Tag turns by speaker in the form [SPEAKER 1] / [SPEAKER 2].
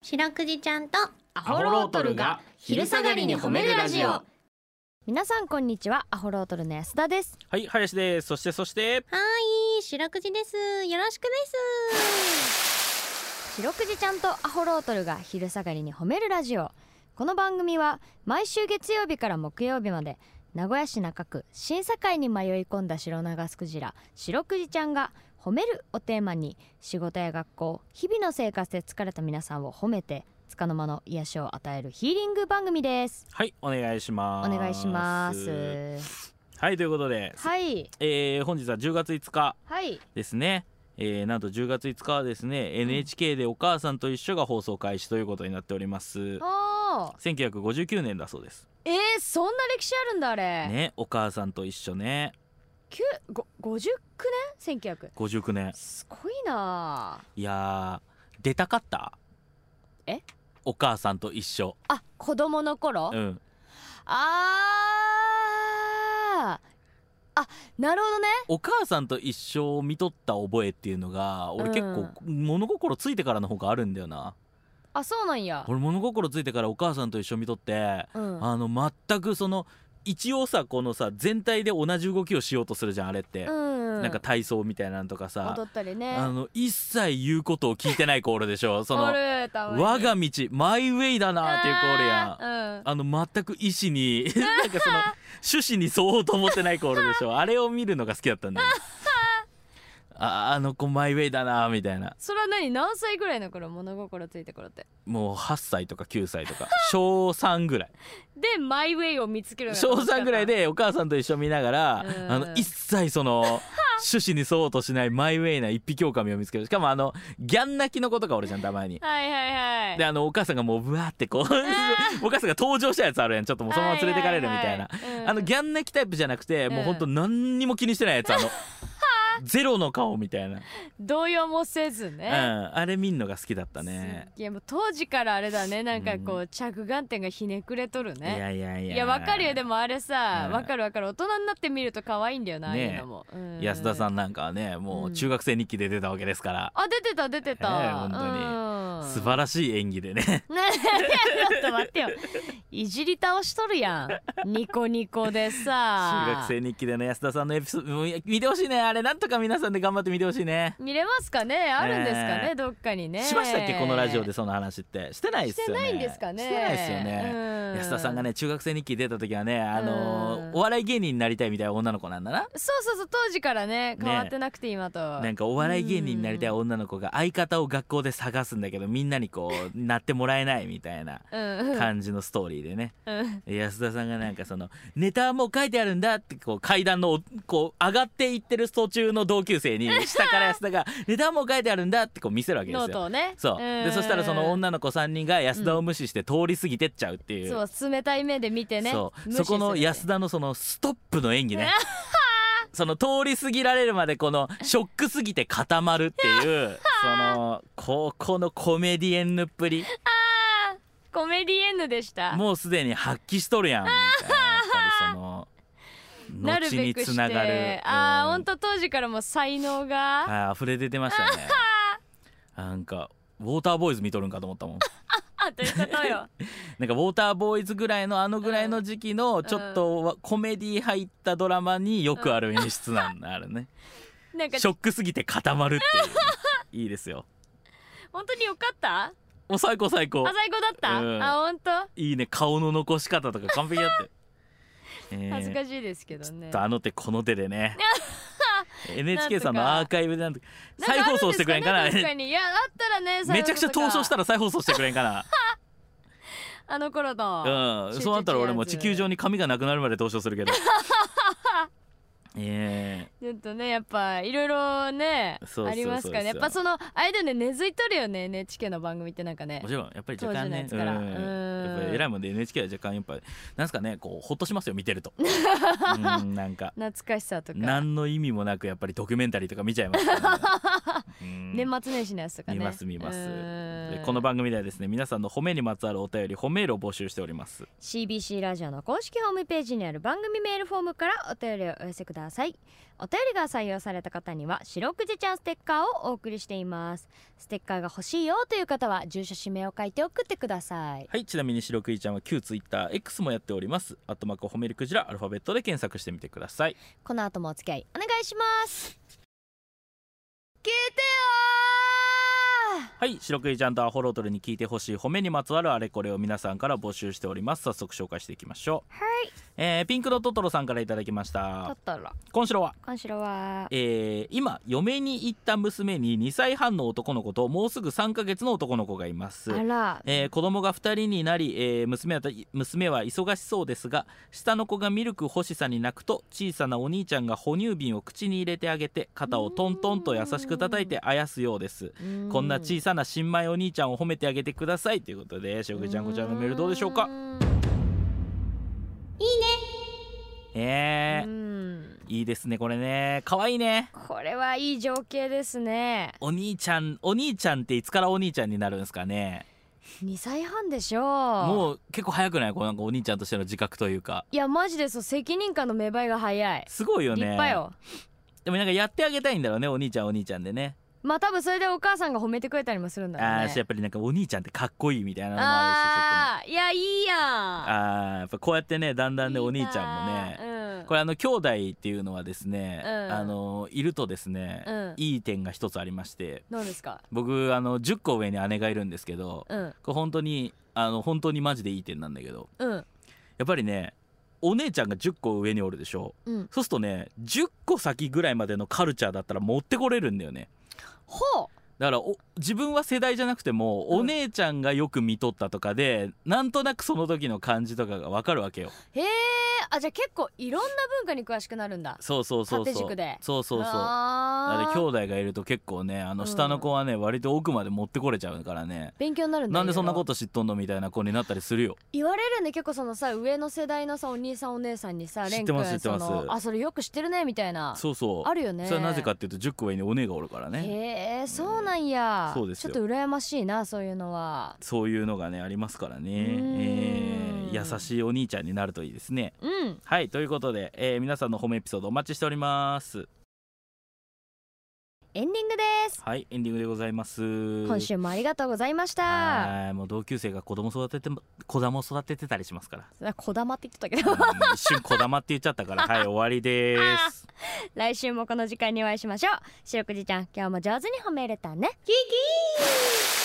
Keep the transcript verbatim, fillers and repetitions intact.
[SPEAKER 1] 白くじちゃんと
[SPEAKER 2] アホロートルが昼下がりに褒めるラジオ。
[SPEAKER 3] 皆さんこんにちは、アホロートルの安田です。
[SPEAKER 2] はい、林です。そしてそして
[SPEAKER 1] はい白くじです。よろしくです。
[SPEAKER 3] 白くじちゃんとアホロートルが昼下がりに褒めるラジオ。この番組は毎週月曜日から木曜日まで名古屋市中区審査会に迷い込んだ白長スクジラ白くじちゃんが褒めるをテーマに仕事や学校、日々の生活で疲れた皆さんを褒めて束の間の癒しを与えるヒーリング番組です。
[SPEAKER 2] はい、お願いします。
[SPEAKER 3] お願いします。
[SPEAKER 2] はい、ということで、
[SPEAKER 3] はい、
[SPEAKER 2] えー、本日はじゅうがついつかですね、はい、えー、なんとじゅうがついつかはですね、うん、エヌエイチケー でお母さんと一緒が放送開始ということになっております。せんきゅうひゃくごじゅうきゅうねんだそうです。
[SPEAKER 3] えー、そんな歴史あるんだあれ
[SPEAKER 2] ね。お母さんと一緒ね。
[SPEAKER 3] ごじゅうきゅうねんせんきゅうひゃく
[SPEAKER 2] ごじゅうきゅうねん、
[SPEAKER 3] すごいな。
[SPEAKER 2] いやー、出たかった。
[SPEAKER 3] え
[SPEAKER 2] お母さんと一緒。
[SPEAKER 3] あ、子供の頃。
[SPEAKER 2] うん
[SPEAKER 3] あーあ、なるほどね。
[SPEAKER 2] お母さんと一緒を見とった覚えっていうのが俺結構物心ついてからの方があるんだよな。
[SPEAKER 3] あ、そうなんや。
[SPEAKER 2] 俺物心ついてからお母さんと一緒見とって、うん、あの全くその一応さ、このさ全体で同じ動きをしようとするじゃんあれって、うん、なんか体操みたいなのとかさ、
[SPEAKER 3] 踊ったりね、
[SPEAKER 2] あの一切言うことを聞いてない子おるでしょ。その我が道マイウェイだなっていう子おるやん、うん、あの全く意思になんかその趣旨に沿おうと思ってない子おるでしょ。あれを見るのが好きだったんだよあ, あの子マイウェイだなみたいな。
[SPEAKER 3] それは何、何歳ぐらいの頃、物心ついて頃って。
[SPEAKER 2] もうはっさいとかきゅうさいとかしょうさんぐらい
[SPEAKER 3] でマイウェイを見つけるのが
[SPEAKER 2] しょうさんぐらいでお母さんと一緒見ながら、うん、あの一切その趣旨に沿おうとしないマイウェイな一匹狼を見つける。しかもあのギャン泣きの子とかおるじゃんたまに。
[SPEAKER 3] はいはいはい。
[SPEAKER 2] であのお母さんがもうブワーってこうお母さんが登場したやつあるやん、ちょっともうそのまま連れてかれるみたいな、はいはいはい、あのギャン泣きタイプじゃなくて、うん、もうほんと何にも気にしてないやつ、あのゼロの顔みたいな、
[SPEAKER 3] 動揺もせずね、
[SPEAKER 2] うん、あれ見んのが好きだったね。
[SPEAKER 3] いやもう当時からあれだね、なんかこう、うん、着眼点がひねくれとるね。
[SPEAKER 2] いやいやいや
[SPEAKER 3] いやわかるよ。でもあれさ、うん、わかるわかる。大人になってみると可愛いんだよな、ね、ああいうのも、うん、
[SPEAKER 2] 安田さんなんかはねもう中学生日記で出たわけですから、
[SPEAKER 3] うん、あ出てた出てた、えー、
[SPEAKER 2] 本当に、うん、素晴らしい演技でねねち
[SPEAKER 3] ょっと待ってよ、いじり倒しとるやんニコニコでさ。
[SPEAKER 2] 中学生日記での安田さんのエピソード見てほしいね。あれなんとか皆さんで頑張って見てほしいね。
[SPEAKER 3] 見れますかね、あるんですかね、えー、どっかにね。
[SPEAKER 2] しましたっけこのラジオでその話って。してないっすよね。
[SPEAKER 3] してないんですかね。
[SPEAKER 2] してないっすよね、うん、安田さんがね中学生日記出た時はね、あのーうん、お笑い芸人になりたいみたいな女の子なんだな。
[SPEAKER 3] そうそうそう、当時からね変わってなくて、ね、今と
[SPEAKER 2] なんかお笑い芸人になりたい女の子が相方を学校で探すんだけどみんなにこうなってもらえないみたいな感じのストーリーでね、うん、安田さんがなんかそのネタはもう書いてあるんだってこう階段のこう上がっていってる途中の同級生に下から安田がネタはもう書いてあるんだってこう見せるわけですよ。
[SPEAKER 3] ノートをね。
[SPEAKER 2] そうでそしたらその女の子さんにんが安田を無視して通り過ぎてっちゃうっていう、
[SPEAKER 3] うん、そう冷たい目で見てね。
[SPEAKER 2] そうそこの安田のそのストップの演技ねその通り過ぎられるまでこのショックすぎて固まるっていうそのここのコメディエンヌっぷり。
[SPEAKER 3] あーコメディエンヌでした。
[SPEAKER 2] もうすでに発揮しとるやんみたいな。やっぱりその後につながる、
[SPEAKER 3] あーほんと当時からも才能が
[SPEAKER 2] 溢れ出てましたねなんかウォーターボーイズ見とるんかと思ったもん
[SPEAKER 3] あということよ
[SPEAKER 2] なんかウォーターボーイズぐらいのあのぐらいの時期のちょっとコメディ入ったドラマによくある演出なんだ、あるねなんかショックすぎて固まるっていういいですよ。
[SPEAKER 3] 本当によかった。
[SPEAKER 2] もう最高最高。
[SPEAKER 3] あ最高だった、うん、あ本当
[SPEAKER 2] いいね。顔の残し方とか完璧だってえー、
[SPEAKER 3] 恥ずかしいですけどね。
[SPEAKER 2] ちょっとあの手この手でねエヌエイチケー さんのアーカイブでなんと再放送してくれんかな。
[SPEAKER 3] 確かにいやあったらね
[SPEAKER 2] めちゃくちゃ登場したら再放送してくれんかな
[SPEAKER 3] あの頃の
[SPEAKER 2] うんそうなったら俺も地球上に髪がなくなるまで登場するけどえー、
[SPEAKER 3] ちょっとねやっぱいろいろねありますからね。やっぱそのあれだよね、根付いとるよね エヌエイチケー の番組って。なんかね
[SPEAKER 2] もちろんやっぱり若干ね、うん、やっぱり偉いもんで エヌエイチケー は若干やっぱなんすかねこうほっとしますよ見てるとうんなんか
[SPEAKER 3] 懐かしさとか
[SPEAKER 2] 何の意味もなくやっぱりドキュメンタリーとか見ちゃいますから、ね、
[SPEAKER 3] 年末年始のやつとかね
[SPEAKER 2] 見ます見ます。でこの番組ではですね皆さんの褒めにまつわるお便り褒めールを募集しております。
[SPEAKER 3] シービーシー ラジオの公式ホームページにある番組メールフォームからお便りをお寄せください。 ださい。お便りが採用された方には白くじちゃんステッカーをお送りしています。ステッカーが欲しいよという方は住所氏名を書いて送ってください。
[SPEAKER 2] はい、ちなみに白くじちゃんは旧ツイッター X もやっております。アットマーク褒めるクジラアルファベットで検索してみてください。
[SPEAKER 3] この後もお付き合いお願いします。聞いてよ
[SPEAKER 2] はい、白くじちゃんとアホロートルに聞いてほしい褒めにまつわるあれこれを皆さんから募集しております。早速紹介していきましょう。
[SPEAKER 3] はい、
[SPEAKER 2] えー、ピンクのトトロさんからいただきまし
[SPEAKER 3] ト
[SPEAKER 2] た。
[SPEAKER 3] トロ
[SPEAKER 2] 今週は
[SPEAKER 3] 今週は、
[SPEAKER 2] えー、今嫁に行った娘ににさいはんの男の子ともうすぐさんかげつの男の子がいます。
[SPEAKER 3] あら、
[SPEAKER 2] えー、子供がふたりになり、えー、娘は娘は忙しそうですが、下の子がミルク欲しさに泣くと小さなお兄ちゃんが哺乳瓶を口に入れてあげて肩をトントンと優しく叩いてあやすようです。こんな小さな新米お兄ちゃんを褒めてあげてくださいということで、しょくちゃんこちらのメールどうでしょうか。
[SPEAKER 1] いいね。
[SPEAKER 2] えー、
[SPEAKER 3] うん
[SPEAKER 2] いいですねこれね。かわいいね。
[SPEAKER 3] これはいい情景ですね。
[SPEAKER 2] お兄ちゃんお兄ちゃんっていつからお兄ちゃんになるんですかね。
[SPEAKER 3] にさいはんでしょう。
[SPEAKER 2] もう結構早くない？こうなんかお兄ちゃんとしての自覚というか。
[SPEAKER 3] いやマジでそう、責任感の芽生えが早い。
[SPEAKER 2] すごいよね。
[SPEAKER 3] 立派よ。
[SPEAKER 2] でもなんかやってあげたいんだろうね、お兄ちゃんお兄ちゃんでね。
[SPEAKER 3] まあ多分それでお母さんが褒めてくれたりもするんだろうね。
[SPEAKER 2] あーやっぱりなんかお兄ちゃんってかっこいいみたいなのもあるし、ちょっとね、
[SPEAKER 3] あーいやいいやん。
[SPEAKER 2] あーやっぱこうやってねだんだんねお兄ちゃんもね、
[SPEAKER 3] うん、
[SPEAKER 2] これあの兄弟っていうのはですね、
[SPEAKER 3] うん
[SPEAKER 2] あのいるとですね、
[SPEAKER 3] うん
[SPEAKER 2] いい点が一つありまして、
[SPEAKER 3] どうですか。
[SPEAKER 2] 僕あのじゅっこ上に姉がいるんですけど、
[SPEAKER 3] うん
[SPEAKER 2] これ本当にあの本当にマジでいい点なんだけど、
[SPEAKER 3] うん
[SPEAKER 2] やっぱりねお姉ちゃんがじゅっこ上におるでしょ。
[SPEAKER 3] うん。
[SPEAKER 2] そうするとねじゅっこ先ぐらいまでのカルチャーだったら持ってこれるんだよね。
[SPEAKER 3] ほう。
[SPEAKER 2] だからお自分は世代じゃなくても、
[SPEAKER 3] うん
[SPEAKER 2] お姉ちゃんがよく見とったとかでなんとなくその時の感じとかが分かるわけよ。
[SPEAKER 3] へえ。あ、じゃあ結構いろんな文化に詳しくなるんだ。
[SPEAKER 2] そうそうそうそう
[SPEAKER 3] 縦軸で。
[SPEAKER 2] そうそうそう。
[SPEAKER 3] あー
[SPEAKER 2] だから兄弟がいると結構ねあの
[SPEAKER 3] うん
[SPEAKER 2] 下の子はね、割と奥まで持ってこれちゃうからね、
[SPEAKER 3] 勉強になるんだ。
[SPEAKER 2] なんでそんなこ
[SPEAKER 3] いろいろ
[SPEAKER 2] と知っとんのみたいな子になったりするよ。
[SPEAKER 3] 言われるね。結構そのさ、上の世代のさお兄さんお姉さんにさ、
[SPEAKER 2] 知ってます
[SPEAKER 3] レン君
[SPEAKER 2] 知ってます
[SPEAKER 3] そのあそれよく知ってるねみたいな。
[SPEAKER 2] そうそう
[SPEAKER 3] あるよね。
[SPEAKER 2] それはなぜかっていうとじゅっこ上にお姉がおるからね。
[SPEAKER 3] へえ、そうなんや。
[SPEAKER 2] そうですよ
[SPEAKER 3] ちょっと羨ましいな、そういうのは。
[SPEAKER 2] そういうのがねありますからね、
[SPEAKER 3] うーん
[SPEAKER 2] えー優しいお兄ちゃんになるといいですね。
[SPEAKER 3] うん。
[SPEAKER 2] はい、ということで、えー皆さんの褒めエピソードお待ちしております。
[SPEAKER 3] エンディングです。
[SPEAKER 2] はい、エンディングでございます。
[SPEAKER 3] 今週もありがとうございました。
[SPEAKER 2] はい、もう同級生が子供育てて子供育ててたりしますから
[SPEAKER 3] それはこだまって言ってたけど
[SPEAKER 2] うん一瞬こだまって言っちゃったからはい終わりです。
[SPEAKER 3] 来週もこの時間にお会いしましょう。白くじちゃん、今日も上手に褒めれたね。
[SPEAKER 1] キキー